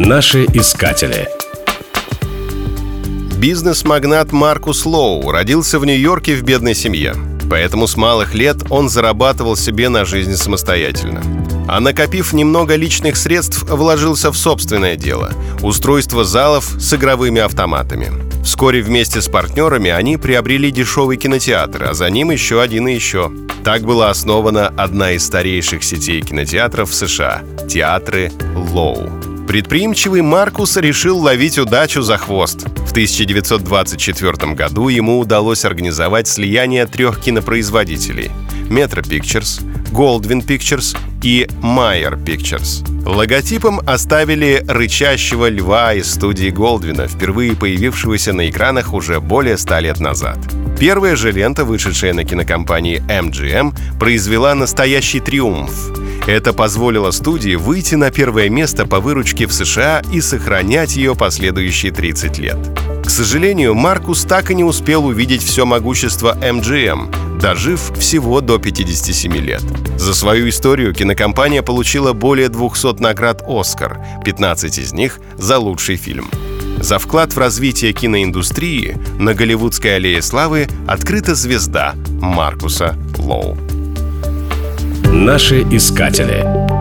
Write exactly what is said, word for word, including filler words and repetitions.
Наши искатели. Бизнес-магнат Маркус Лоу родился в Нью-Йорке в бедной семье. Поэтому с малых лет он зарабатывал себе на жизнь самостоятельно. А накопив немного личных средств, вложился в собственное дело – устройство залов с игровыми автоматами. Вскоре вместе с партнерами они приобрели дешевый кинотеатр, а за ним еще один и еще. Так была основана одна из старейших сетей кинотеатров в США – театры Лоу. Предприимчивый Маркус решил ловить удачу за хвост. В тысяча девятьсот двадцать четвёртом году ему удалось организовать слияние трех кинопроизводителей – Metro Pictures, Goldwyn Pictures и Meyer Pictures. Логотипом оставили рычащего льва из студии Голдвина, впервые появившегося на экранах уже более ста лет назад. Первая же лента, вышедшая на кинокомпании эм джи эм, произвела настоящий триумф. Это позволило студии выйти на первое место по выручке в США и сохранять ее последующие тридцать лет. К сожалению, Маркус так и не успел увидеть все могущество эм джи эм, дожив всего до пятидесяти семи лет. За свою историю кинокомпания получила более двухсот наград «Оскар», пятнадцать из них за лучший фильм. За вклад в развитие киноиндустрии на Голливудской аллее славы открыта звезда Маркуса Лоу. Наши искатели.